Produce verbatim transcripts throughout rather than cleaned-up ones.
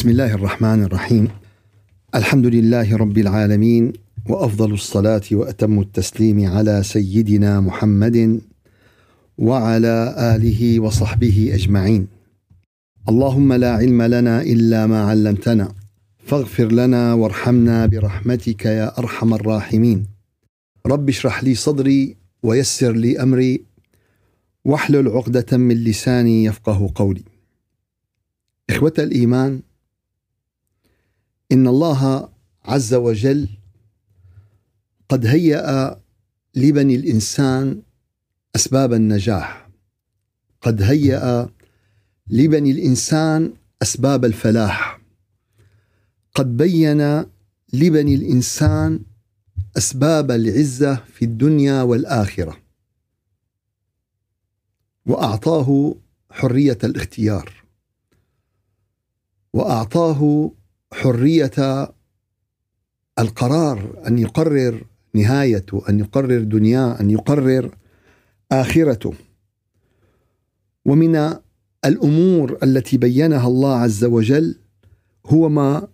بسم الله الرحمن الرحيم. الحمد لله رب العالمين، وأفضل الصلاة وأتم التسليم على سيدنا محمد وعلى آله وصحبه أجمعين. اللهم لا علم لنا إلا ما علمتنا، فاغفر لنا وارحمنا برحمتك يا أرحم الراحمين. رب اشرح لي صدري ويسر لي أمري واحلل عقدة من لساني يفقه قولي. إخوة الإيمان، إن الله عز وجل قد هيأ لبني الإنسان أسباب النجاح، قد هيأ لبني الإنسان أسباب الفلاح، قد بين لبني الإنسان أسباب العزة في الدنيا والآخرة، وأعطاه حرية الاختيار، وأعطاه حرية القرار، أن يقرر نهايته، أن يقرر دنياه، أن يقرر آخرته. ومن الأمور التي بينها الله عز وجل هو ما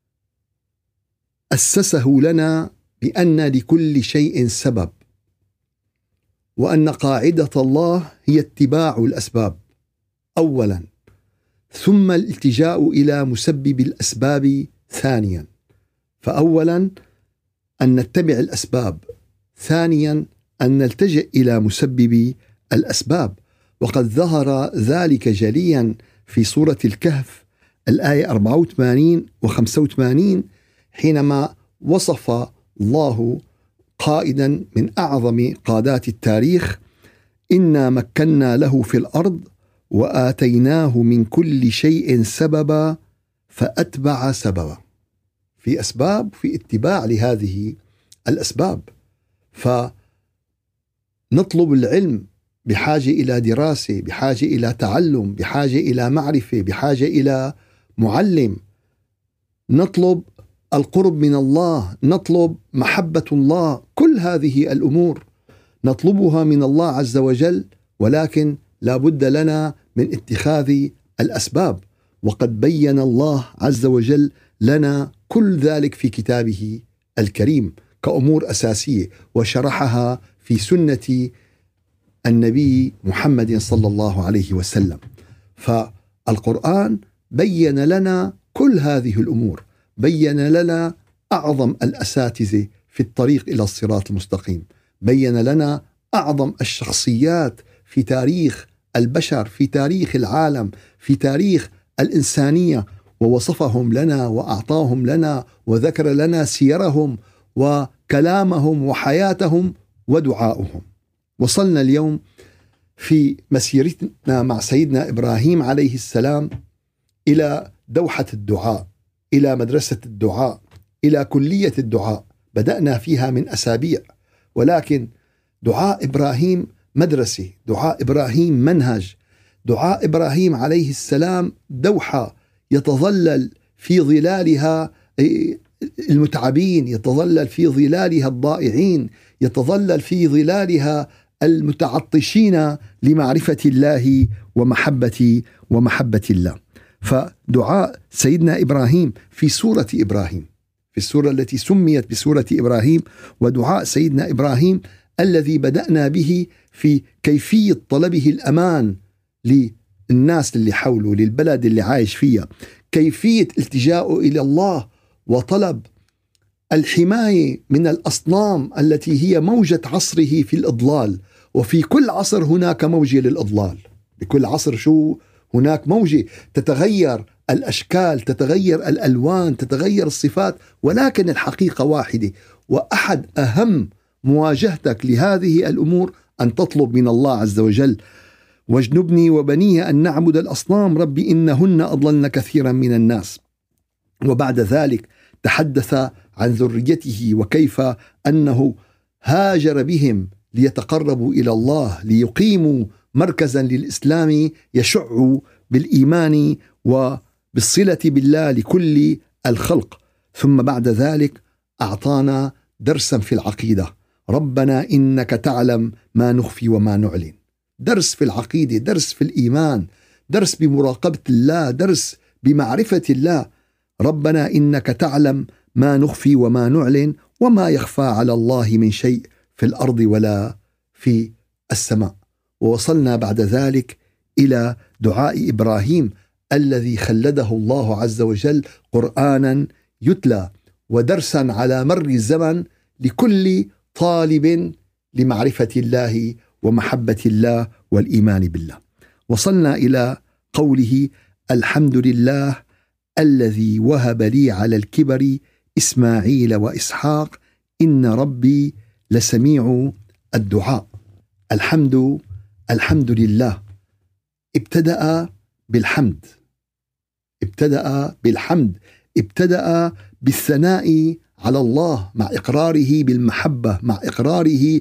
أسسه لنا بأن لكل شيء سبب، وأن قاعدة الله هي اتباع الأسباب أولا، ثم الالتجاء إلى مسبب الأسباب ثانيا. فأولا أن نتبع الأسباب، ثانيا أن نلتجئ إلى مسبب الأسباب. وقد ظهر ذلك جليا في سورة الكهف الآية أربعة وثمانين وخمسة وثمانين، حينما وصف الله قائدا من أعظم قادات التاريخ: إنا مكنا له في الأرض وآتيناه من كل شيء سببا فأتبع سببا. في أسباب، في اتباع لهذه الأسباب. فنطلب العلم بحاجة إلى دراسة، بحاجة إلى تعلم، بحاجة إلى معرفة، بحاجة إلى معلم. نطلب القرب من الله، نطلب محبة الله. كل هذه الأمور نطلبها من الله عز وجل، ولكن لا بد لنا من اتخاذ الأسباب. وقد بين الله عز وجل لنا كل ذلك في كتابه الكريم كأمور أساسية، وشرحها في سنة النبي محمد صلى الله عليه وسلم. فالقرآن بين لنا كل هذه الأمور، بين لنا أعظم الأساتذة في الطريق إلى الصراط المستقيم، بين لنا أعظم الشخصيات في تاريخ البشر، في تاريخ العالم، في تاريخ الإنسانية، ووصفهم لنا وأعطاهم لنا وذكر لنا سيرهم وكلامهم وحياتهم ودعاؤهم. وصلنا اليوم في مسيرتنا مع سيدنا إبراهيم عليه السلام إلى دوحة الدعاء، إلى مدرسة الدعاء، إلى كلية الدعاء. بدأنا فيها من أسابيع، ولكن دعاء إبراهيم مدرسة، دعاء إبراهيم منهج، دعاء إبراهيم عليه السلام دوحة يتظلل في ظلالها المتعبين، يتظلل في ظلالها الضائعين، يتظلل في ظلالها المتعطشين لمعرفة الله ومحبة ومحبة الله. فدعاء سيدنا إبراهيم في سورة إبراهيم، في السورة التي سميت بسورة إبراهيم، ودعاء سيدنا إبراهيم الذي بدأنا به في كيفية طلبه الأمان للناس اللي حوله، للبلد اللي عايش فيها، كيفية التجاؤه إلى الله وطلب الحماية من الأصنام التي هي موجة عصره في الإضلال. وفي كل عصر هناك موجة للإضلال، بكل عصر شو هناك موجة، تتغير الأشكال، تتغير الألوان، تتغير الصفات، ولكن الحقيقة واحدة. وأحد أهم مواجهتك لهذه الأمور أن تطلب من الله عز وجل: واجنبني وبني أن نعبد الأصنام ربي إنهن أضللن كثيرا من الناس. وبعد ذلك تحدث عن ذريته وكيف أنه هاجر بهم ليتقربوا إلى الله، ليقيموا مركزا للإسلام يشع بالإيمان وبالصلة بالله لكل الخلق. ثم بعد ذلك أعطانا درسا في العقيدة: ربنا إنك تعلم ما نخفي وما نعلن. درس في العقيدة، درس في الإيمان، درس بمراقبة الله، درس بمعرفة الله. ربنا إنك تعلم ما نخفي وما نعلن وما يخفى على الله من شيء في الأرض ولا في السماء. ووصلنا بعد ذلك إلى دعاء إبراهيم الذي خلده الله عز وجل قرآنا يتلى ودرسا على مر الزمن لكل طالب لمعرفة الله ومحبة الله والإيمان بالله. وصلنا إلى قوله: الحمد لله الذي وهب لي على الكبر إسماعيل وإسحاق إن ربي لسميع الدعاء. الحمد الحمد لله ابتدأ بالحمد ابتدأ بالحمد ابتدأ بالثناء على الله مع إقراره بالمحبة، مع إقراره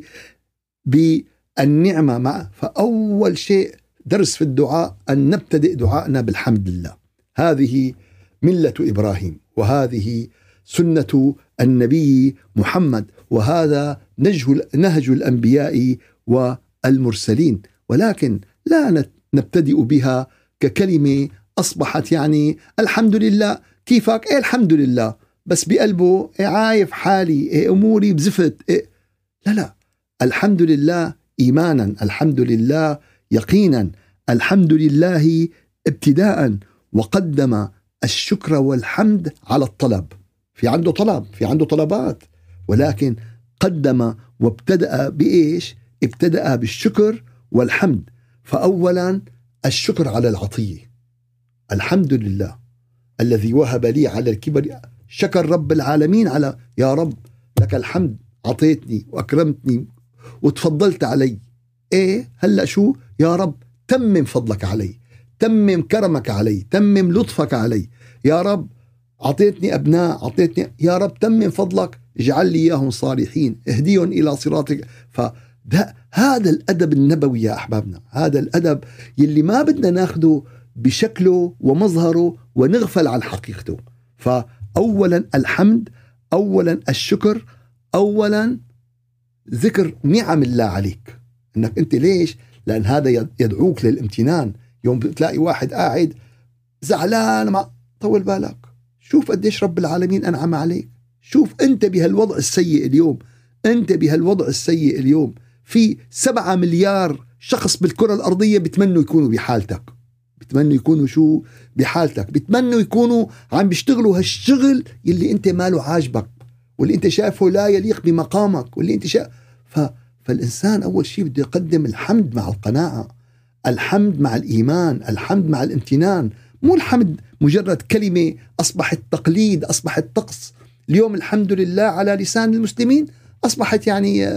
بالنعمة، مع فأول شيء درس في الدعاء أن نبتدئ دعاءنا بالحمد لله. هذه ملة إبراهيم، وهذه سنة النبي محمد، وهذا نهج الأنبياء والمرسلين. ولكن لا نبتدئ بها ككلمة أصبحت يعني الحمد لله كيفك؟ إيه الحمد لله، بس بقلبه إيه عايف حالي، إيه أموري بزفت، إيه لا لا الحمد لله إيمانا، الحمد لله يقينا، الحمد لله ابتداء، وقدم الشكر والحمد على الطلب. في عنده طلب، في عنده طلبات، ولكن قدم وابتدأ بإيش؟ ابتدأ بالشكر والحمد. فأولا الشكر على العطية، الحمد لله الذي وهب لي على الكبر. شكر رب العالمين على يا رب لك الحمد، عطيتني وأكرمتني وتفضلت علي. إيه هلأ شو يا رب؟ تمم فضلك علي، تمم كرمك علي، تمم لطفك علي. يا رب عطيتني أبناء، عطيتني، يا رب تمم فضلك، اجعل لي إياهم صالحين، اهديهم إلى صراطك. فده هذا الأدب النبوي يا أحبابنا، هذا الأدب يلي ما بدنا ناخده بشكله ومظهره ونغفل عن حقيقته. فأولا الحمد، أولا الشكر، أولا ذكر نعم الله عليك، أنك أنت ليش؟ لأن هذا يدعوك للامتنان. يوم بتلاقي واحد قاعد زعلان، ما طول بالك، شوف قديش رب العالمين أنعم عليك، شوف أنت بهالوضع السيء اليوم، أنت بهالوضع السيء اليوم في سبعة مليار شخص بالكرة الأرضية بتمنوا يكونوا بحالتك، بتمنوا يكونوا شو بحالتك، بتمنوا يكونوا عم بيشتغلوا هالشغل اللي أنت ماله عاجبك، واللي أنت شايفه لا يليق بمقامك، واللي أنت شايف. ف... فالإنسان أول شيء بده يقدم الحمد مع القناعة، الحمد مع الإيمان، الحمد مع الامتنان. مو الحمد مجرد كلمة أصبحت تقليد، أصبحت طقس. اليوم الحمد لله على لسان المسلمين أصبحت يعني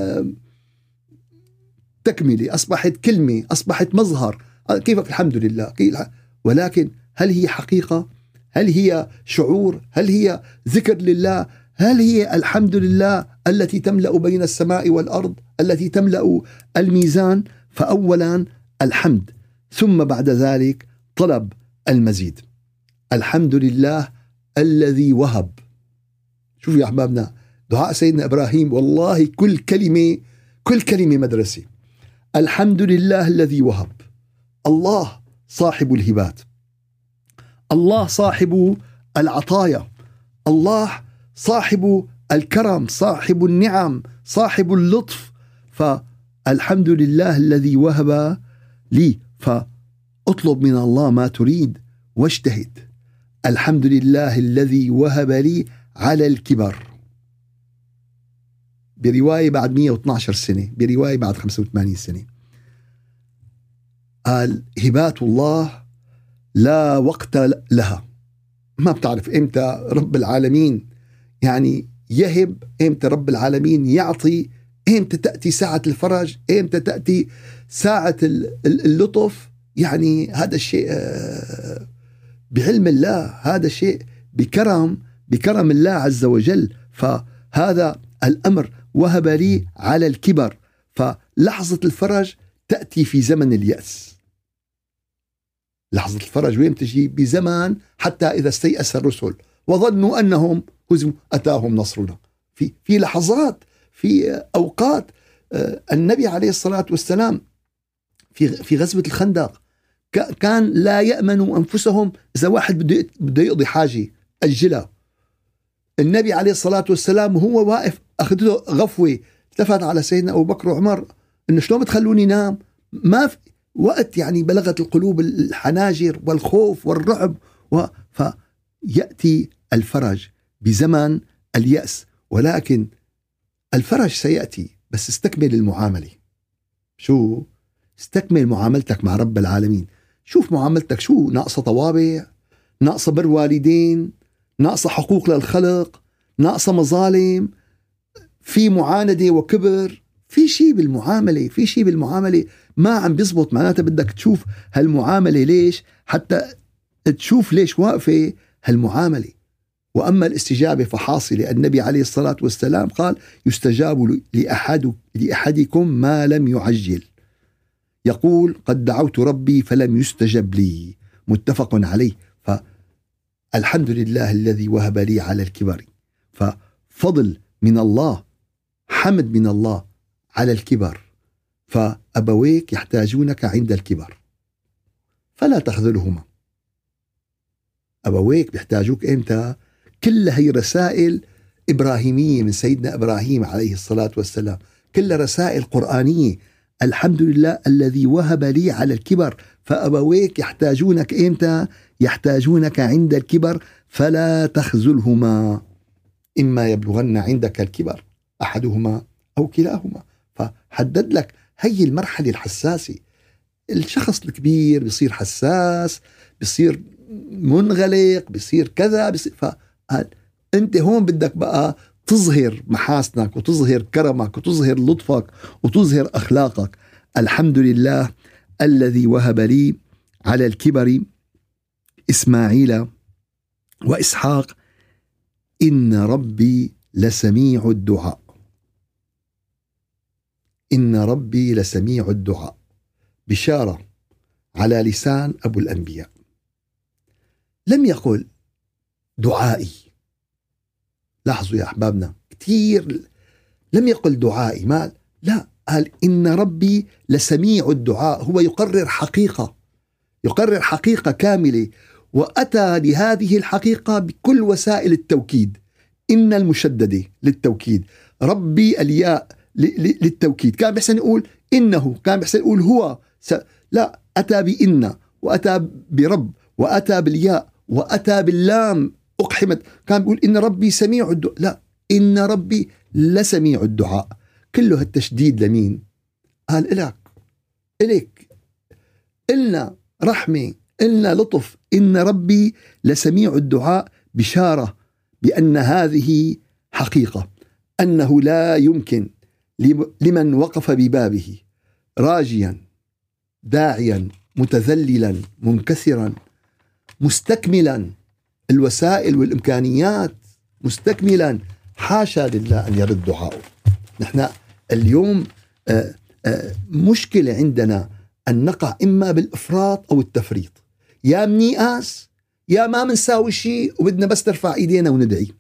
تكملة، أصبحت كلمة، أصبحت مظهر. كيفك الحمد لله، ولكن هل هي حقيقة؟ هل هي شعور؟ هل هي ذكر لله؟ هل هي الحمد لله التي تملأ بين السماء والأرض، التي تملأ الميزان؟ فأولا الحمد، ثم بعد ذلك طلب المزيد. الحمد لله الذي وهب. شوف يا أحبابنا دعاء سيدنا إبراهيم، والله كل كلمة كل كلمة مدرسة. الحمد لله الذي وهب، الله صاحب الهبات، الله صاحب العطايا، الله صاحب الكرم، صاحب النعم، صاحب اللطف. فالحمد لله الذي وهب لي، فاطلب من الله ما تريد واجتهد. الحمد لله الذي وهب لي على الكبر، برواية بعد مئة واثني عشر سنة، برواية بعد خمسة وثمانين سنة. قال هبات الله لا وقت لها، ما بتعرف إمتى رب العالمين يعني يهب، إمتى رب العالمين يعطي، إمتى تأتي ساعة الفرج، إمتى تأتي ساعة اللطف. يعني هذا الشيء بعلم الله، هذا شيء بكرم بكرم الله عز وجل. فهذا الأمر وهب لي على الكبر، فلحظة الفرج تأتي في زمن اليأس. لحظة الفرج وين تجي؟ بزمان حتى إذا استيأس الرسل وظنوا أنهم هزموا أتاهم نصرنا. في في لحظات، في أوقات النبي عليه الصلاة والسلام في في غزوة الخندق كان لا يأمنوا أنفسهم إذا واحد بده بده يقضي حاجة، أجلها. النبي عليه الصلاة والسلام وهو واقف أخذته غفوة، التفت على سيدنا أبو بكر وعمر إنه شلون بتخلوني نام؟ ما في وقت، يعني بلغت القلوب الحناجر والخوف والرعب. و... فيأتي الفرج بزمن اليأس، ولكن الفرج سيأتي، بس استكمل المعاملة. شو؟ استكمل معاملتك مع رب العالمين. شوف معاملتك شو ناقصة طوابع، ناقصة بر والدين، ناقصة حقوق للخلق، ناقصة مظالم، في معاندة وكبر، في شيء بالمعاملة، في شيء بالمعاملة ما عم بيزبط. معناتها بدك تشوف هالمعاملة ليش، حتى تشوف ليش واقفة هالمعاملة. وأما الاستجابة فحاصلة. النبي عليه الصلاة والسلام قال يستجاب لأحد لأحدكم ما لم يعجل. يقول قد دعوت ربي فلم يستجب لي، متفق عليه. فالحمد لله الذي وهب لي على الكبر. ففضل من الله، حمد من الله على الكبر. فأبويك يحتاجونك عند الكبر فلا تخذلهما. أبويك بيحتاجوك إمتى؟ كل هي رسائل إبراهيمية من سيدنا إبراهيم عليه الصلاة والسلام، كل رسائل قرآنية. الحمد لله الذي وهب لي على الكبر. فأبويك يحتاجونك إمتى؟ يحتاجونك عند الكبر فلا تخذلهما، إما يبلغن عندك الكبر أحدهما أو كلاهما. فحدد لك هي المرحلة الحساسة. الشخص الكبير بيصير حساس، بيصير منغلق، بيصير كذا، بيصير فقال أنت هون بدك بقى تظهر محاسنك وتظهر كرمك وتظهر لطفك وتظهر أخلاقك. الحمد لله الذي وهب لي على الكبر إسماعيل وإسحاق إن ربي لسميع الدعاء. إن ربي لسميع الدعاء، بشارة على لسان أبو الأنبياء. لم يقل دعائي، لاحظوا يا أحبابنا كتير، لم يقل دعائي ما لا، قال إن ربي لسميع الدعاء. هو يقرر حقيقة، يقرر حقيقة كاملة، وأتى لهذه الحقيقة بكل وسائل التوكيد. إن المشددة للتوكيد، ربي الياء للتوكيد. كان بيحسن يقول إنه، كان بيحسن يقول هو س... لا، أتى بإن وأتى برب وأتى بالياء وأتى باللام أقحمت. كان بيقول إن ربي سميع الدعاء، لا، إن ربي لسميع الدعاء. كله التشديد لمين؟ قال إلك، إلك، إلنا رحمة، إلنا لطف. إن ربي لسميع الدعاء، بشارة بأن هذه حقيقة، أنه لا يمكن لمن وقف ببابه راجيا داعيا متذللا منكسرا مستكملا الوسائل والإمكانيات، مستكملا، حاشا لله أن يرد دعاءه. نحن اليوم آآ آآ مشكلة عندنا أن نقع إما بالإفراط أو التفريط، يا منيئاس يا ما منساوي شيء وبدنا بس ترفع إيدينا وندعي.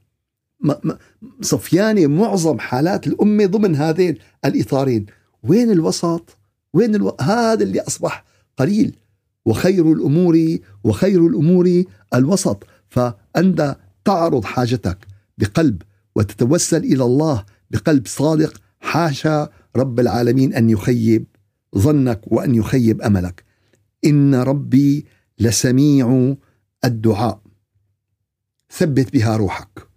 صفياني معظم حالات الأمة ضمن هذين الإطارين. وين الوسط؟ وين الو... هذا اللي أصبح قليل. وخير الأمور وخير الأمور الوسط. فأنت تعرض حاجتك بقلب وتتوسل إلى الله بقلب صادق، حاشا رب العالمين أن يخيب ظنك وأن يخيب أملك. إن ربي لسميع الدعاء. ثبت بها روحك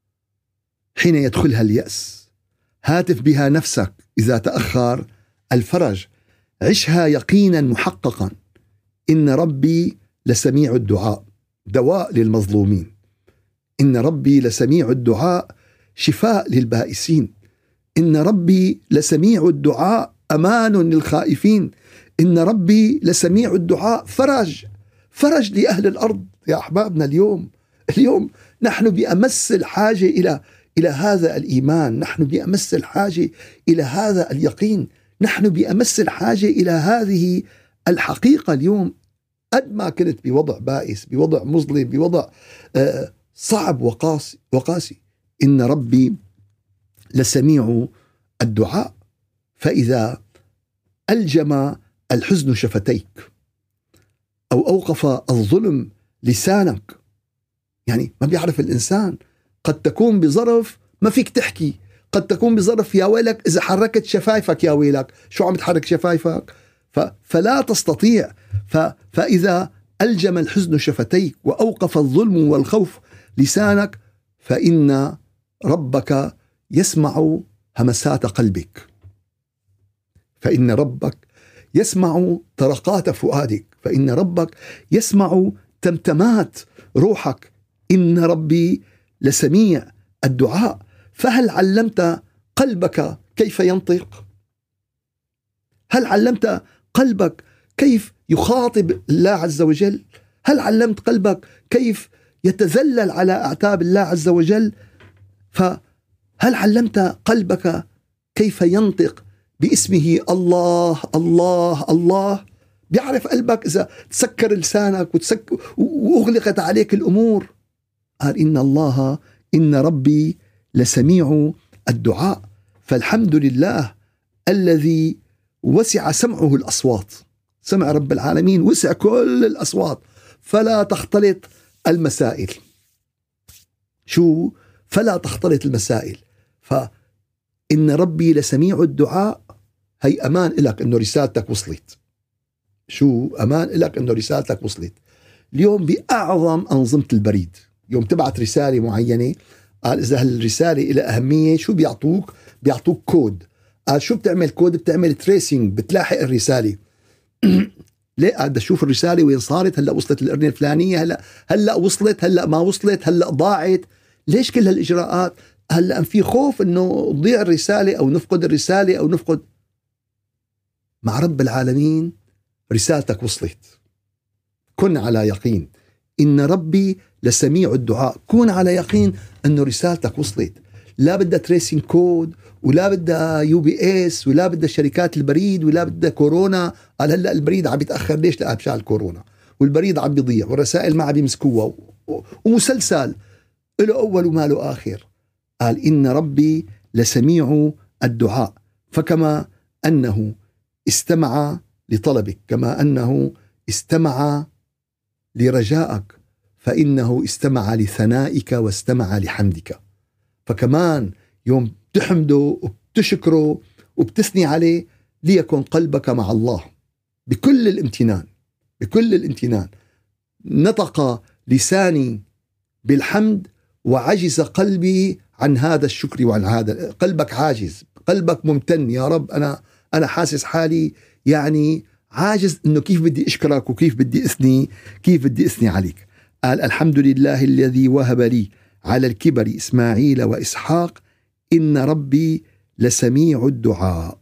حين يدخلها اليأس، هاتف بها نفسك إذا تأخر الفرج، عشها يقينا محققا. إن ربي لسميع الدعاء، دواء للمظلومين. إن ربي لسميع الدعاء، شفاء للبائسين. إن ربي لسميع الدعاء، أمان للخائفين. إن ربي لسميع الدعاء، فرج، فرج لأهل الأرض. يا أحبابنا اليوم اليوم نحن بأمس الحاجة إلى إلى هذا الإيمان، نحن بأمس الحاجة إلى هذا اليقين، نحن بأمس الحاجة إلى هذه الحقيقة اليوم. قد ما كنت بوضع بائس، بوضع مظلم، بوضع آه صعب وقاسي وقاسي، إن ربي لسميع الدعاء. فإذا ألجم الحزن شفتيك أو أوقف الظلم لسانك، يعني ما بيعرف الإنسان. قد تكون بظرف ما فيك تحكي، قد تكون بظرف يا ويلك إذا حركت شفايفك، يا ويلك شو عم تحرك شفايفك، فلا تستطيع. فإذا ألجم الحزن شفتيك وأوقف الظلم والخوف لسانك فإن ربك يسمع همسات قلبك، فإن ربك يسمع طرقات فؤادك، فإن ربك يسمع تمتمات روحك. إن ربي لسميع الدعاء. فهل علمت قلبك كيف ينطق؟ هل علمت قلبك كيف يخاطب الله عز وجل؟ هل علمت قلبك كيف يتذلل على أعتاب الله عز وجل؟ فهل علمت قلبك كيف ينطق باسمه الله الله الله؟ بيعرف قلبك إذا تسكر لسانك وتسك وأغلقت عليك الأمور. قال إن الله إن ربي لسميع الدعاء. فالحمد لله الذي وسع سمعه الأصوات. سمع رب العالمين وسع كل الأصوات، فلا تختلط المسائل. شو؟ فلا تختلط المسائل. فإن ربي لسميع الدعاء، هي أمان إلك إنه رسالتك وصلت. شو؟ أمان إلك إنه رسالتك وصلت. اليوم بأعظم أنظمة البريد يوم تبعت رسالة معينة، قال إذا هالرسالة إلى أهمية شو بيعطوك؟ بيعطوك كود. قال شو بتعمل كود؟ بتعمل تريسينج، بتلاحق الرسالة. ليه؟ قاعد أشوف الرسالة وين صارت، هلأ وصلت القرنة الفلانية، هلأ هلأ وصلت، هلأ ما وصلت، هلأ ضاعت. ليش كل هالإجراءات؟ هلأ في خوف إنه تضيع الرسالة أو نفقد الرسالة أو نفقد. مع رب العالمين رسالتك وصلت. كن على يقين إن ربي لسميع الدعاء. كون على يقين أنه رسالتك وصلت. لا بدها تريسين كود، ولا بدها يو بي اس، ولا بدها شركات البريد، ولا بدها كورونا. قال هلأ البريد عم يتأخر، ليش؟ لأ بشان الكورونا، والبريد عم بيضيع، والرسائل ما عم يمسكوها، ومسلسل له أول وما له آخر. قال إن ربي لسميع الدعاء. فكما أنه استمع لطلبك، كما أنه استمع لرجائك، فإنه استمع لثنائك واستمع لحمدك. فكمان يوم تحمده وبتشكره وبتثني عليه، ليكن قلبك مع الله بكل الامتنان، بكل الامتنان. نطق لساني بالحمد وعجز قلبي عن هذا الشكر وعن هذا. قلبك عاجز، قلبك ممتن. يا رب أنا أنا حاسس حالي يعني عاجز إنه كيف بدي أشكرك وكيف بدي أثني كيف بدي أثني عليك. قال الحمد لله الذي وهب لي على الكبر إسماعيل وإسحاق إن ربي لسميع الدعاء.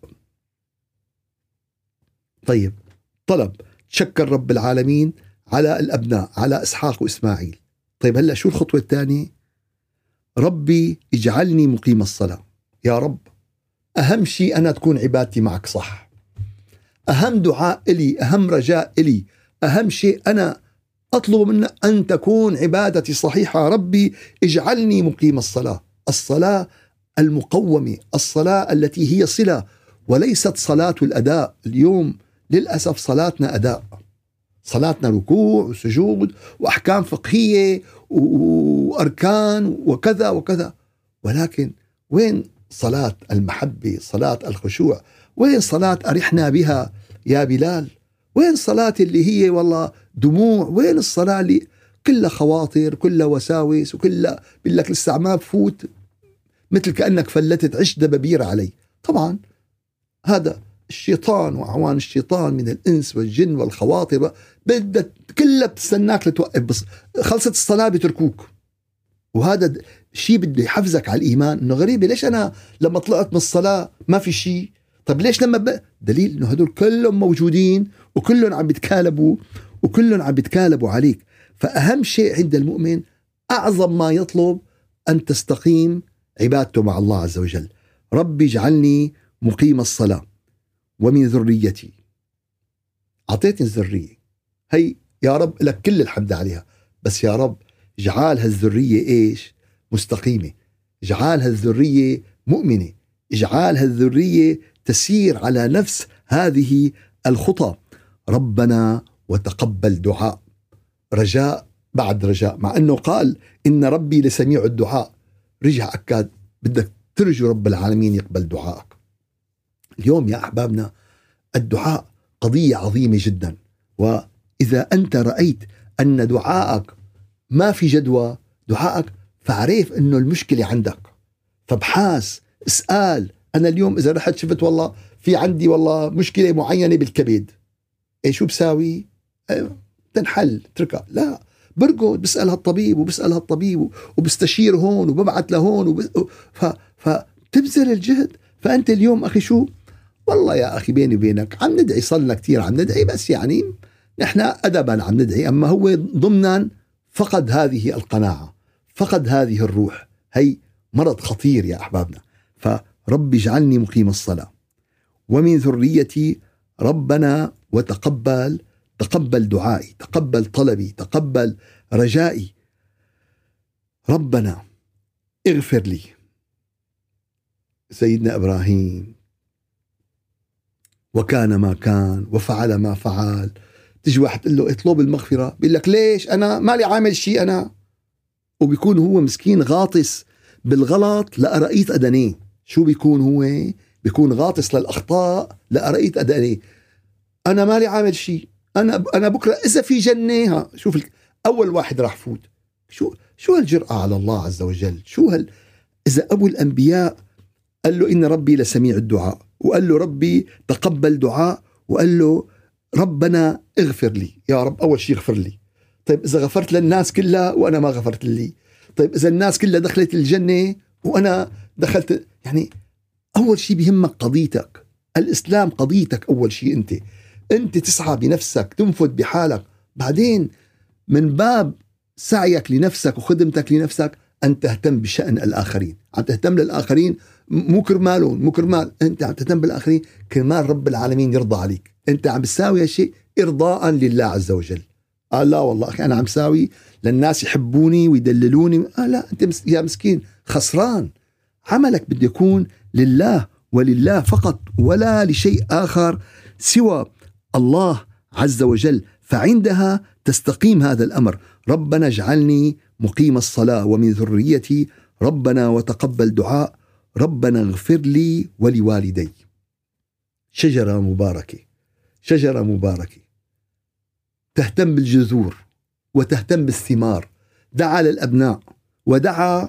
طيب، طلب تشكر رب العالمين على الأبناء، على إسحاق وإسماعيل. طيب هلأ شو الخطوة الثانية؟ ربي اجعلني مقيم الصلاة. يا رب أهم شيء أنا تكون عبادتي معك صح. أهم دعاء إلي، أهم رجاء إلي، أهم شيء أنا أطلب منك أن تكون عبادتي صحيحة. ربي اجعلني مقيم الصلاة. الصلاة المقومة، الصلاة التي هي صلة وليست صلاة الأداء. اليوم للأسف صلاتنا أداء، صلاتنا ركوع وسجود وأحكام فقهية وأركان وكذا وكذا، ولكن وين صلاة المحبة، صلاة الخشوع؟ وين صلاة أرحنا بها يا بلال؟ وين صلاة اللي هي والله دموع؟ وين الصلاة اللي كلها خواطر، كلها وساوس، وكلها بيقول لك لسه ما بفوت، مثل كأنك فلتت عش دبابير علي. طبعا هذا الشيطان وأعوان الشيطان من الإنس والجن والخواطر بدت كلها بتستناك لتوقف، بس خلصت الصلاة بتركوك. وهذا شيء بده يحفزك على الإيمان. إنه غريبة ليش أنا لما طلعت من الصلاة ما في شيء؟ طب ليش لما ب... دليل إنه هدول كلهم موجودين وكلهم عم بيتكالبوا وكلهم عم بيتكالبوا عليك. فأهم شيء عند المؤمن، أعظم ما يطلب أن تستقيم عبادته مع الله عز وجل. ربي اجعلني مقيم الصلاة ومن ذريتي. أعطيتني الذرية هي يا رب، لك كل الحمد عليها، بس يا رب اجعل هالذرية إيش؟ مستقيمة. اجعل هالذرية مؤمنة. اجعل هالذرية تسير على نفس هذه الخطى. ربنا وتقبل دعاء، رجاء بعد رجاء، مع أنه قال إن ربي لسميع الدعاء، رجع أكاد بدك ترجو رب العالمين يقبل دعائك. اليوم يا أحبابنا الدعاء قضية عظيمة جدا، وإذا أنت رأيت أن دعائك ما في جدوى دعائك، فعرف أنه المشكلة عندك، فابحاث اسأل. أنا اليوم إذا رحت شفت والله في عندي والله مشكلة معينة بالكبد، إيه شو بساوي؟ إيه تنحل تركها؟ لا، برقد بسأل هالطبيب وبسأل هالطبيب وبستشير هون وببعث لهون وبس... ف... فتبذل الجهد. فأنت اليوم أخي شو والله يا أخي بيني وبينك عم ندعي، صلنا كتير عم ندعي، بس يعني نحن أدبا عم ندعي، أما هو ضمنا فقد هذه القناعة، فقد هذه الروح. هي مرض خطير يا أحبابنا. فرب اجعلني مقيم الصلاة ومن ذريتي ربنا وتقبل تقبل دعائي، تقبل طلبي، تقبل رجائي. ربنا اغفر لي. سيدنا إبراهيم وكان ما كان وفعل ما فعل. تجي واحد تقول له اطلب المغفرة، بيقول لك ليش أنا مالي عامل شيء أنا، وبيكون هو مسكين غاطس بالغلط لأرأيت أدنيه. شو بيكون هو؟ بيكون غاطس للأخطاء لأرأيت أدنيه. أنا مالي عامل شيء، أنا أنا بكرة إذا في جنة ها شوف أول واحد راح فوت. شو شو هالجرأة على الله عز وجل؟ شو هال إذا أبو الأنبياء قال له إن ربي لسميع الدعاء، وقال له ربي تقبل دعاء، وقال له ربنا اغفر لي يا رب، أول شيء اغفر لي. طيب إذا غفرت للناس كلها وأنا ما غفرت لي، طيب إذا الناس كلها دخلت الجنة وأنا دخلت، يعني أول شيء بيهمك قضيتك، الإسلام قضيتك أول شيء. أنت أنت تسعى بنفسك تنفذ بحالك، بعدين من باب سعيك لنفسك وخدمتك لنفسك أن تهتم بشأن الآخرين. عم تهتم للآخرين مو كرمالهم، مو كرمال أنت عم تهتم بالآخرين كرمال رب العالمين يرضى عليك. أنت عم بتساوي هالشيء إرضاء لله عز وجل. قال لا والله أخي أنا عم ساوي للناس يحبوني ويدللوني. آه لا، أنت يا مسكين خسران. عملك بده يكون لله ولله فقط، ولا لشيء آخر سوى الله عز وجل. فعندها تستقيم هذا الأمر. ربنا اجعلني مقيم الصلاة ومن ذريتي ربنا وتقبل دعاء ربنا اغفر لي ولوالدي. شجرة مباركة، شجرة مباركة تهتم بالجذور وتهتم بالثمار. دعا للأبناء ودعا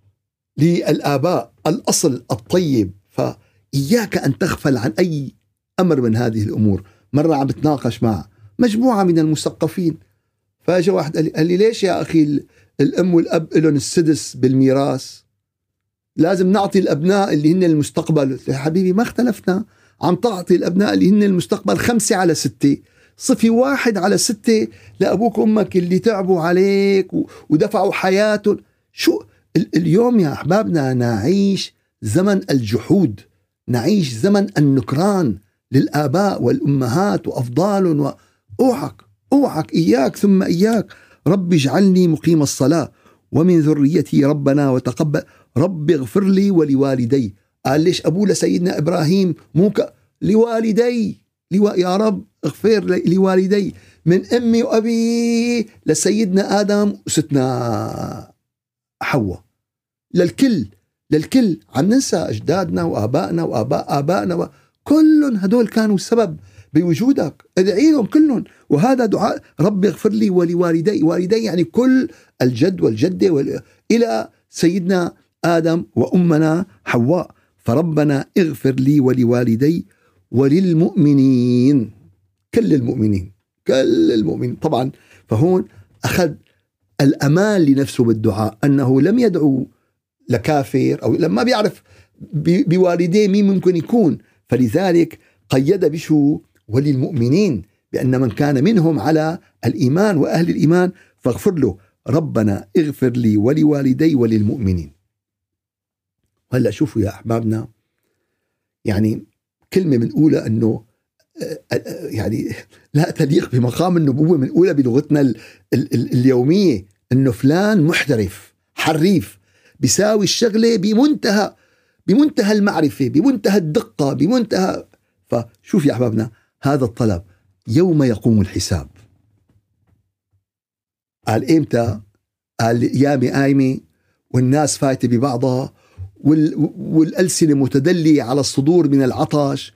للآباء، الأصل الطيب. فإياك أن تغفل عن أي أمر من هذه الأمور. مرة عم بتناقش مع مجموعة من المثقفين، فاجا واحد قال لي, قال لي ليش يا أخي الأم والأب لهم السدس بالميراث، لازم نعطي الأبناء اللي هن المستقبل؟ يا حبيبي ما اختلفنا، عم تعطي الأبناء اللي هن المستقبل خمسة على ستة، صفي واحد على ستة لأبوك وأمك اللي تعبوا عليك ودفعوا حياتهم. شو اليوم يا أحبابنا نعيش زمن الجحود، نعيش زمن النكران للآباء والأمهات وأفضالهم. وأوعك أوعك إياك ثم إياك. رب اجعلني مقيم الصلاة ومن ذريتي ربنا وتقبل رب اغفر لي ولوالدي. قال ليش أبوه لسيدنا إبراهيم مو ك... لوالدي لو... يا رب اغفر لوالدي، من أمي وأبي لسيدنا آدم وستنا حواء، للكل للكل. عم ننسى أجدادنا وآبائنا وآباء آبائنا و... كلهم هدول كانوا سبب بوجودك، ادعي لهم كلهم. وهذا دعاء رب اغفر لي ولوالدي. والدي يعني كل الجد والجدة وال... إلى سيدنا آدم وأمنا حواء. فربنا اغفر لي ولوالدي وللمؤمنين، كل المؤمنين كل المؤمنين طبعا. فهون أخذ الأمان لنفسه بالدعاء، أنه لم يدعو لكافر أو لما بيعرف بوالديه مين ممكن يكون، فلذلك قيد بشو وللمؤمنين، بأن من كان منهم على الإيمان وأهل الإيمان فاغفر له ربنا اغفر لي ولوالدي وللمؤمنين. هلأ شوفوا يا أحبابنا، يعني كلمة بنقولها أنه يعني لا تليق بمقام النبوة، بنقولها بلغتنا ال ال ال اليومية، أنه فلان محترف حريف بيساوي الشغلة بمنتهى بمنتهى المعرفة، بمنتهى الدقة، بمنتهى. فشوف يا أحبابنا هذا الطلب يوم يقوم الحساب، قال إمتى؟ قال يامي قايمة والناس فايتة ببعضها والألسنة متدلية على الصدور من العطش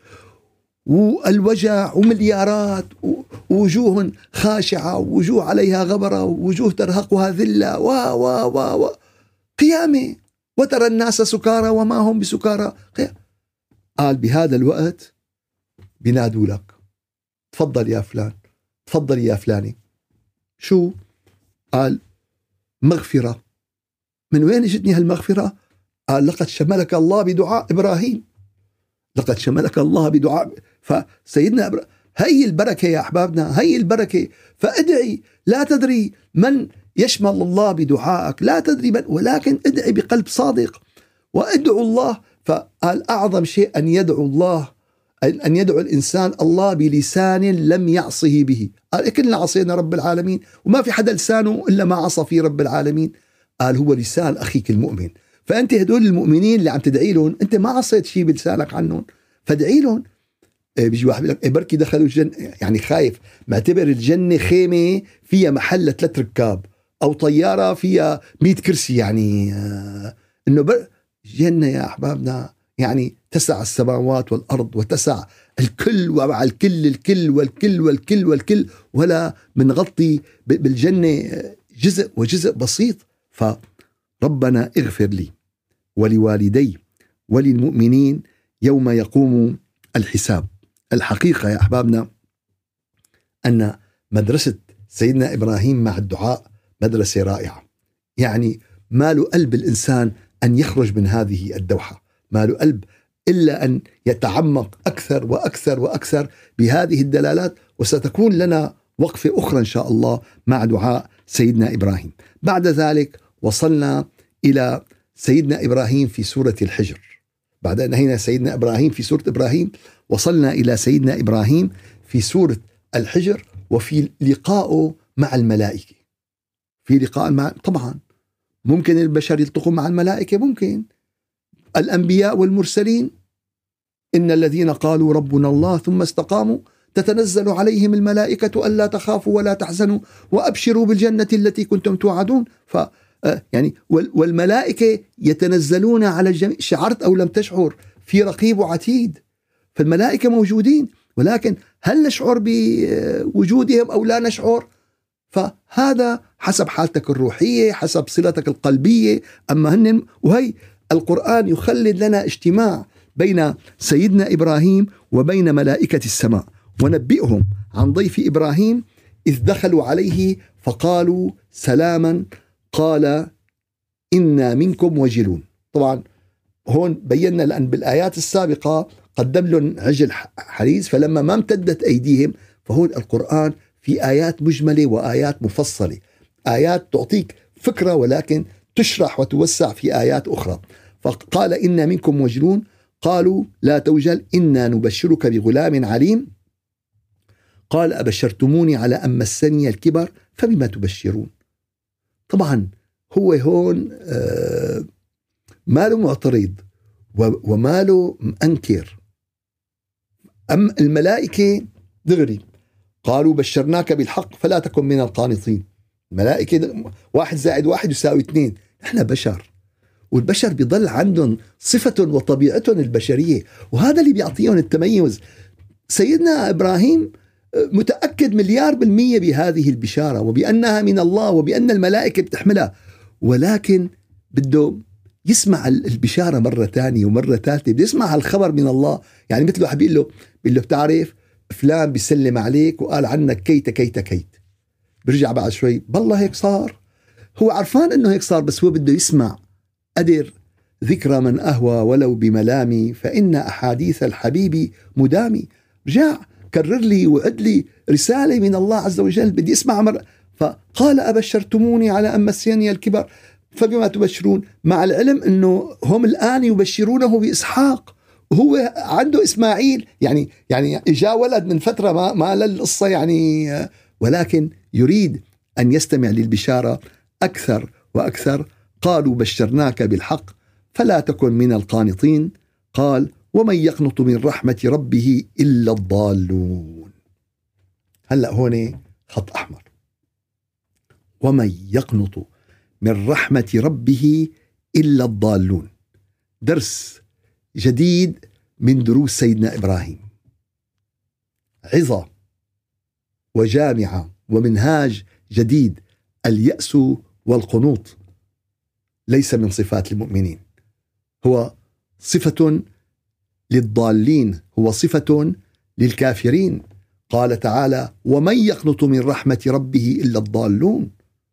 والوجع ومليارات ووجوه خاشعة ووجوه عليها غبرة ووجوه ترهقها ذلة و و و و قيامة وترى الناس سكارى وما هم بسكارى. قال بهذا الوقت بينادوا لك تفضل يا فلان، تفضل يا فلاني. شو؟ قال مغفرة. من وين اجتني هالمغفرة؟ قال لقد شملك الله بدعاء إبراهيم، لقد شملك الله بدعاء. فسيدنا إبراهيم هي البركة يا أحبابنا، هي البركة. فادعي، لا تدري من يشمل الله بدعائك، لا تدري من، ولكن ادعي بقلب صادق وادعو الله. فقال أعظم شيء أن يدعو الله، أن يدعو الإنسان الله بلسان لم يعصه به. قال كلنا عصينا رب العالمين وما في حدا لسانه إلا ما عصى فيه رب العالمين. قال هو لسان أخيك المؤمن. فأنت هدول المؤمنين اللي عم تدعي لهم أنت ما عصيت شيء بلسانك عنهم، فادعي لهم. بيجي واحد بيقول لك إيه بركي دخلوا الجنة، يعني خايف، معتبر الجنة خيمة فيها محل ثلاث ركاب أو طيارة فيها مئة كرسي، يعني آه إنه بر... جنة يا أحبابنا يعني تسع السماوات والأرض وتسع الكل ومع الكل الكل والكل والكل والكل، ولا منغطي بالجنة جزء وجزء بسيط. فربنا اغفر لي ولوالدي وللمؤمنين يوم يقوم الحساب. الحقيقة يا أحبابنا أن مدرسة سيدنا إبراهيم مع الدعاء مدرسة رائعة، يعني ما له قلب الإنسان أن يخرج من هذه الدوحة، ما له قلب إلا أن يتعمق أكثر وأكثر وأكثر بهذه الدلالات. وستكون لنا وقفة أخرى إن شاء الله مع دعاء سيدنا إبراهيم. بعد ذلك وصلنا إلى سيدنا إبراهيم في سورة الحجر. بعد أن نهينا سيدنا إبراهيم في سورة إبراهيم وصلنا إلى سيدنا إبراهيم في سورة الحجر، وفي لقائه مع الملائكة. في لقاء مع، طبعا ممكن البشر يلتقوا مع الملائكة، ممكن الأنبياء والمرسلين، إن الذين قالوا ربنا الله ثم استقاموا تتنزل عليهم الملائكة ألا تخافوا ولا تحزنوا وأبشروا بالجنة التي كنتم توعدون. ف يعني والملائكة يتنزلون على الجميع، شعرت أو لم تشعر، في رقيب وعتيد، فالملائكة موجودين، ولكن هل نشعر بوجودهم أو لا نشعر؟ فهذا حسب حالتك الروحية، حسب صلتك القلبية. أما هن، وهي القرآن يخلد لنا اجتماع بين سيدنا إبراهيم وبين ملائكة السماء. ونبئهم عن ضيف إبراهيم إذ دخلوا عليه فقالوا سلاما قال إنا منكم وجلون. طبعا هون بينا، لأن بالآيات السابقة قدم لهم عجل حريز، فلما ما امتدت أيديهم، فهون القرآن في آيات مجملة وآيات مفصلة، آيات تعطيك فكرة ولكن تشرح وتوسع في آيات أخرى. فقال إنا منكم وجلون قالوا لا توجل إنا نبشرك بغلام عليم قال أبشرتموني على أن مسني الكبر فبما تبشرون. طبعا هو هون آه ماله معترض وماله مأنكر. أم الملائكة دغري قالوا بشرناك بالحق فلا تكن من القانطين. الملائكة واحد زائد واحد يساوي اثنين، نحن بشر، والبشر بيضل عندهم صفة وطبيعتهم البشرية، وهذا اللي بيعطيهم التميز. سيدنا إبراهيم متأكد مليار بالمية بهذه البشارة وبأنها من الله وبأن الملائكة بتحملها، ولكن بده يسمع البشارة مرة ثانية ومرة ثالثة، بده يسمع الخبر من الله. يعني مثل واحد بيقول له بيقول له بتعرف فلان بيسلم عليك وقال عنك كيت كيت كيت، برجع بعد شوي بالله هيك صار. هو عرفان انه هيك صار، بس هو بده يسمع. أدر ذكرى من أهوى ولو بملامي فإن أحاديث الحبيب مدامي. رجع كرر لي وعد لي رسالة من الله عز وجل، بدي اسمع مرة. فقال أبشرتموني على أن مسني الكبر فبما تبشرون، مع العلم أنه هم الآن يبشرونه بإسحاق وهو عنده إسماعيل، يعني يعني جاء ولد من فترة ما ما للقصة يعني، ولكن يريد أن يستمع للبشارة أكثر وأكثر. قالوا بشرناك بالحق فلا تكن من القانطين قال ومن يقنط من رحمة ربه إلا الضالون. هلأ هون خط أحمر. ومن يقنط من رحمة ربه إلا الضالون. درس جديد من دروس سيدنا إبراهيم، عظة وجامعة ومنهاج جديد. اليأس والقنوط ليس من صفات المؤمنين، هو صفة للضالين، هو صفة للكافرين. قال تعالى: ومن يقنط من رحمة ربه إلا الضالون.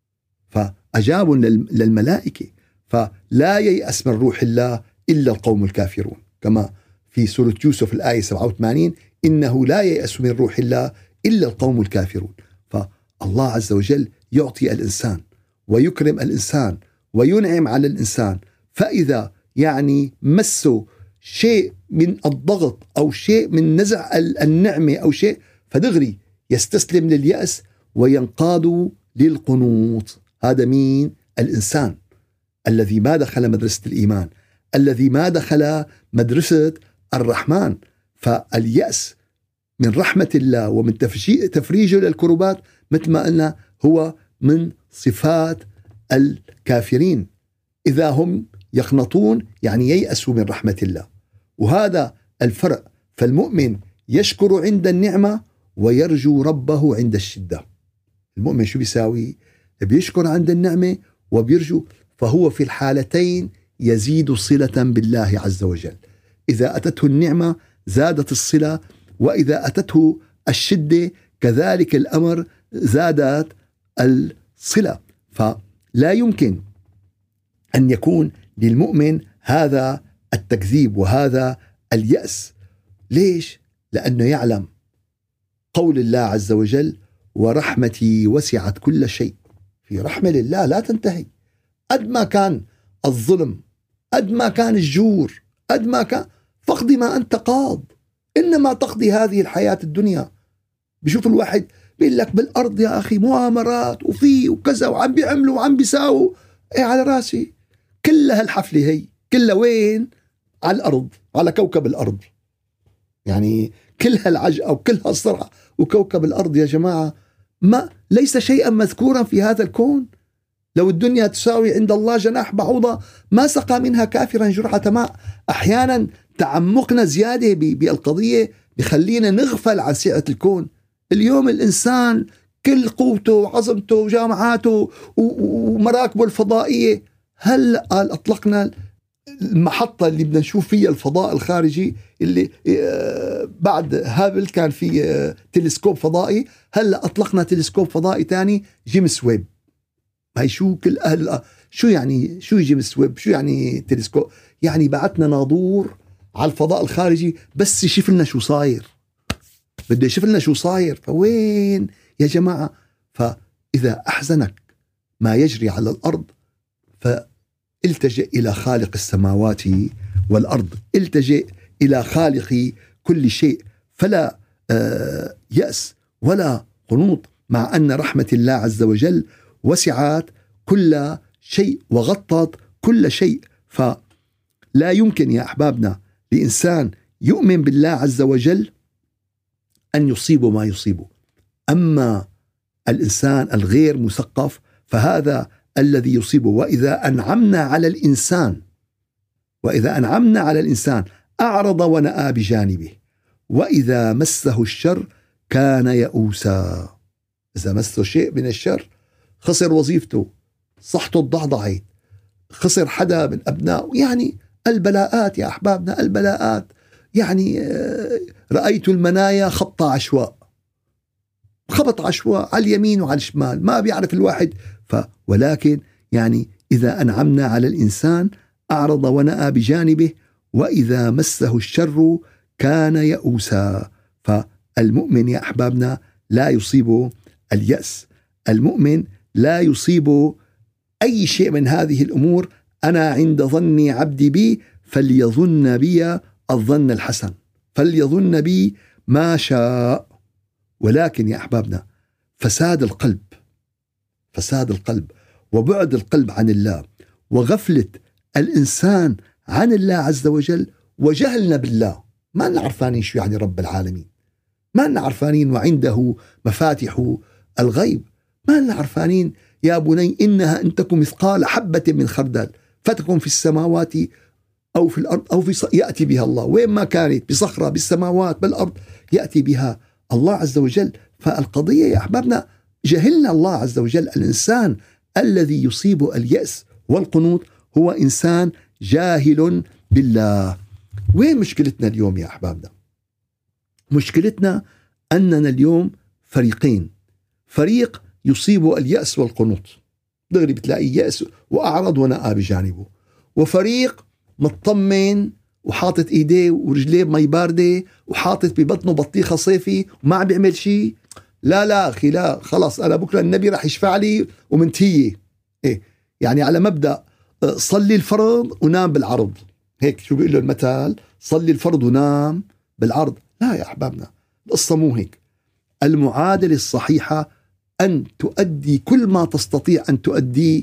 فأجابوا للملائكة، فلا ييأس من روح الله إلا القوم الكافرون، كما في سورة يوسف الآية سبعة وثمانين: إنه لا ييأس من روح الله إلا القوم الكافرون. فالله عز وجل يعطي الإنسان ويكرم الإنسان وينعم على الإنسان، فإذا يعني مسه شيء من الضغط أو شيء من نزع النعمة أو شيء، فدغري يستسلم لليأس وينقاد للقنوط. هذا مين؟ الإنسان الذي ما دخل مدرسة الإيمان، الذي ما دخل مدرسة الرحمن. فاليأس من رحمة الله ومن تفريجه للكربات مثل ما قلنا هو من صفات الكافرين، إذا هم يقنطون يعني ييأسوا من رحمة الله. وهذا الفرق. فالمؤمن يشكر عند النعمة ويرجو ربه عند الشدة. المؤمن شو بيساوي؟ بيشكر عند النعمة وبيرجو، فهو في الحالتين يزيد صلة بالله عز وجل. إذا أتته النعمة زادت الصلة، وإذا أتته الشدة كذلك الأمر زادت الصلة. فلا يمكن أن يكون للمؤمن هذا التكذيب وهذا اليأس. ليش؟ لأنه يعلم قول الله عز وجل: ورحمتي وسعت كل شيء. في رحمة لله لا تنتهي. قد ما كان الظلم، قد ما كان الجور، قد ما كان، فاقضي ما أنت قاض، إنما تقضي هذه الحياة الدنيا. بشوف الواحد بيقول لك بالأرض يا أخي مؤامرات وفي وكذا وعم بيعملوا وعم بيساووا، إيه على راسي كلها الحفلة هي كلها وين؟ على الأرض، على كوكب الأرض. يعني كلها العجقة وكلها الصرعة وكوكب الأرض يا جماعة ما ليس شيئا مذكورا في هذا الكون. لو الدنيا تساوي عند الله جناح بعوضة ما سقى منها كافرا جرعة ماء. أحيانا تعمقنا زيادة بالقضية بخلينا نغفل عن سعة الكون. اليوم الإنسان كل قوته وعظمته وجامعاته ومراكبه الفضائية، هل قال أطلقنا المحطة اللي بدنا نشوف فيها الفضاء الخارجي اللي بعد هابل كان في تلسكوب فضائي، هلا أطلقنا تلسكوب فضائي تاني جيمس ويب. هاي شو كل أهل شو يعني شو جيمس ويب؟ شو يعني تلسكوب؟ يعني بعتنا ناظور على الفضاء الخارجي بس يشوف لنا شو صاير، بده يشوف لنا شو صاير. فوين يا جماعة؟ فإذا أحزنك ما يجري على الأرض فالتجئ إلى خالق السماوات والأرض، التجئ إلى خالق كل شيء. فلا يأس ولا قنوط، مع أن رحمة الله عز وجل وسعت كل شيء وغطت كل شيء. فلا يمكن يا أحبابنا لإنسان يؤمن بالله عز وجل أن يصيبه ما يصيبه. أما الإنسان الغير مثقف فهذا الذي يصيبه. وإذا أنعمنا على الإنسان وإذا أنعمنا على الإنسان أعرض ونأى بجانبه، وإذا مسه الشر كان يئوسا. إذا مسه شيء من الشر، خسر وظيفته، صحته ضعضعت، خسر حدا من أبنائه، يعني البلاءات يا أحبابنا، البلاءات. يعني رأيت المنايا خبط عشواء، خبط عشواء على اليمين وعلى الشمال، ما بيعرف الواحد. ف ولكن يعني إذا أنعمنا على الإنسان أعرض ونأى بجانبه، وإذا مسه الشر كان يئوسا. فالمؤمن يا أحبابنا لا يصيبه اليأس، المؤمن لا يصيبه أي شيء من هذه الأمور. أنا عند ظن عبدي بي فليظن بي الظن الحسن، فليظن بي ما شاء. ولكن يا أحبابنا فساد القلب، فساد القلب وبعد القلب عن الله وغفلة الإنسان عن الله عز وجل وجهلنا بالله، ما نعرفانين شو يعني رب العالمين، ما نعرفانين وعنده مفاتيح الغيب، ما نعرفانين يا بني إنها إن تكن مثقال حبة من خردل فتكن في السماوات أو في الأرض أو في ص... يأتي بها الله، وين ما كانت، بصخرة، بالسماوات، بالأرض، يأتي بها الله عز وجل. فالقضية يا أحبابنا جهلنا الله عز وجل. الإنسان الذي يصيب اليأس والقنوط هو إنسان جاهل بالله. وين مشكلتنا اليوم يا أحبابنا؟ مشكلتنا أننا اليوم فريقين، فريق يصيب اليأس والقنوط، دغري بتلاقي يأس وأعرض ونأى بجانبه، وفريق مطمن وحاطط ايديه ورجليه بمي باردة وحاطط ببطنه بطيخة صيفي وما عم بيعمل شيء. لا لا أخي، لا، خلاص أنا بكرة النبي رح يشفع لي ومنتهية. إيه يعني على مبدأ صلي الفرض ونام بالعرض، هيك شو بيقول له المثل، صلي الفرض ونام بالعرض. لا يا أحبابنا، القصة مو هيك. المعادلة الصحيحة أن تؤدي كل ما تستطيع أن تؤديه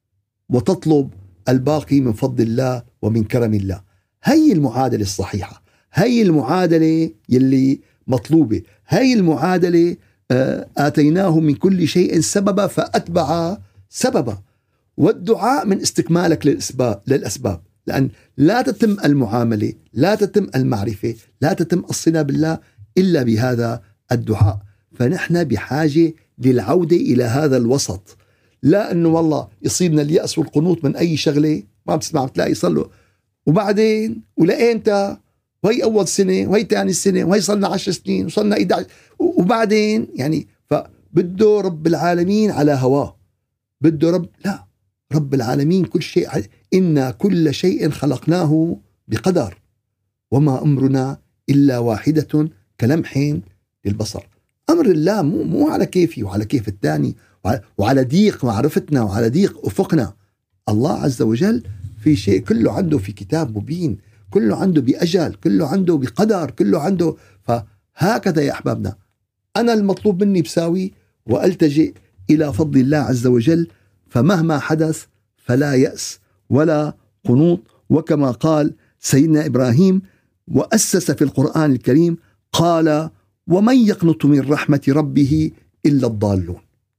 وتطلب الباقي من فضل الله ومن كرم الله. هي المعادلة الصحيحة، هي المعادلة يلي مطلوبة، هي المعادلة آتيناه من كل شيء سببا فأتبع سببا. والدعاء من استكمالك للأسباب, للأسباب لأن لا تتم المعاملة، لا تتم المعرفة، لا تتم الصلة بالله إلا بهذا الدعاء. فنحن بحاجة للعودة إلى هذا الوسط، لا أنه والله يصيبنا اليأس والقنوط من أي شغلة ما بتسمع بتلاقي صلوا وبعدين ولأيمتى، وهي أول سنة وهي تاني سنة وهي صلنا عشر سنين وصلنا إحدى عشر وبعدين يعني فبده رب العالمين على هواه، بده رب، لا، رب العالمين كل شيء، إنا كل شيء خلقناه بقدر وما أمرنا إلا واحدة كلمح للبصر. أمر الله مو, مو على كيفي وعلى كيف الثاني وعلى ضيق معرفتنا وعلى ضيق أفقنا. الله عز وجل في شيء كله عنده في كتاب مبين، كله عنده بأجل، كله عنده بقدر، كله عنده. فهكذا يا أحبابنا أنا المطلوب مني بساوي وألتجئ إلى فضل الله عز وجل، فمهما حدث فلا يأس ولا قنوط. وكما قال سيدنا إبراهيم وأسس في القرآن الكريم قال ومن يقنط من رحمة ربه إلا الضالون.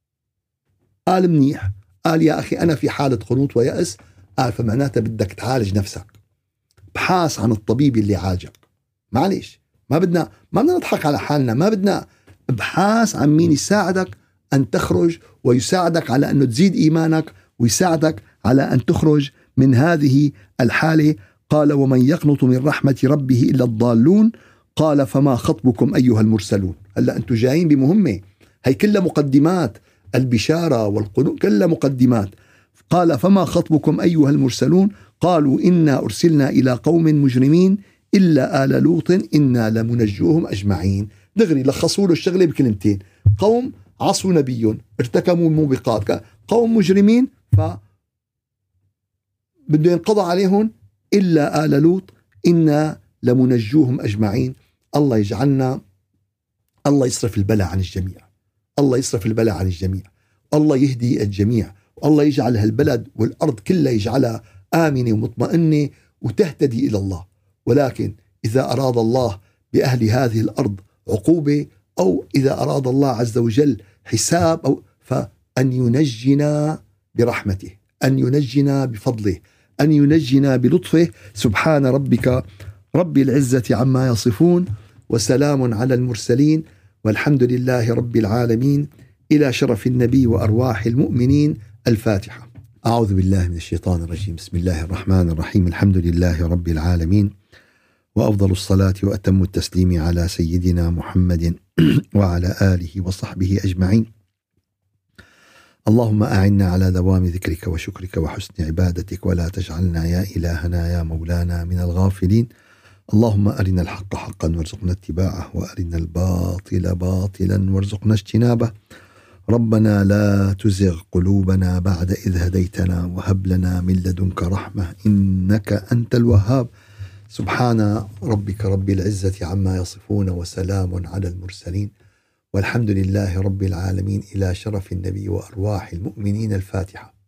قال منيح، قال يا أخي أنا في حالة قنوط ويأس، قال فمعناتها بدك تعالج نفسك، بحاث عن الطبيب اللي عالجك. معليش، ما بدنا ما بدنا نضحك على حالنا، ما بدنا، ابحاث عن مين يساعدك أن تخرج ويساعدك على أن تزيد إيمانك ويساعدك على أن تخرج من هذه الحالة. قال ومن يقنط من رحمة ربه إلا الضالون. قال فما خطبكم أيها المرسلون. هلأ أنتم جايين بمهمة، هي كلها مقدمات، البشارة والقنوط كلها مقدمات. قال فما خطبكم أيها المرسلون. قالوا إنا أرسلنا إلى قوم مجرمين إلا آل لوط إنا لمنجوهم أجمعين. دغري لخصوا له الشغلة بكلمتين، قوم عصوا نبي ارتكبوا الموبقات، قوم مجرمين ف بده ينقضى عليهم، إلا آل لوط إنا لمنجوهم أجمعين. الله يجعلنا، الله يصرف البلاء عن الجميع، الله يصرف البلاء عن الجميع، الله يهدي الجميع، والله يجعل هالبلد والأرض كلها يجعلها آمنة ومطمئنة وتهتدي إلى الله. ولكن إذا أراد الله بأهل هذه الأرض عقوبة، أو إذا أراد الله عز وجل حساب، أو فأن ينجنا برحمته، أن ينجنا بفضله، أن ينجنا بلطفه. سبحان ربك رب العزة عما يصفون وسلام على المرسلين والحمد لله رب العالمين. إلى شرف النبي وأرواح المؤمنين. الفاتحة. أعوذ بالله من الشيطان الرجيم. بسم الله الرحمن الرحيم. الحمد لله رب العالمين، وأفضل الصلاة وأتم التسليم على سيدنا محمد وعلى آله وصحبه أجمعين. اللهم أعنا على دوام ذكرك وشكرك وحسن عبادتك، ولا تجعلنا يا إلهنا يا مولانا من الغافلين. اللهم أرنا الحق حقا وارزقنا اتباعه، وأرنا الباطل باطلا وارزقنا اجتنابه. ربنا لا تزغ قلوبنا بعد إذ هديتنا، وهب لنا من لدنك رحمة إنك أنت الوهاب. سبحان ربك رب العزة عما يصفون وسلام على المرسلين والحمد لله رب العالمين. إلى شرف النبي وأرواح المؤمنين. الفاتحة.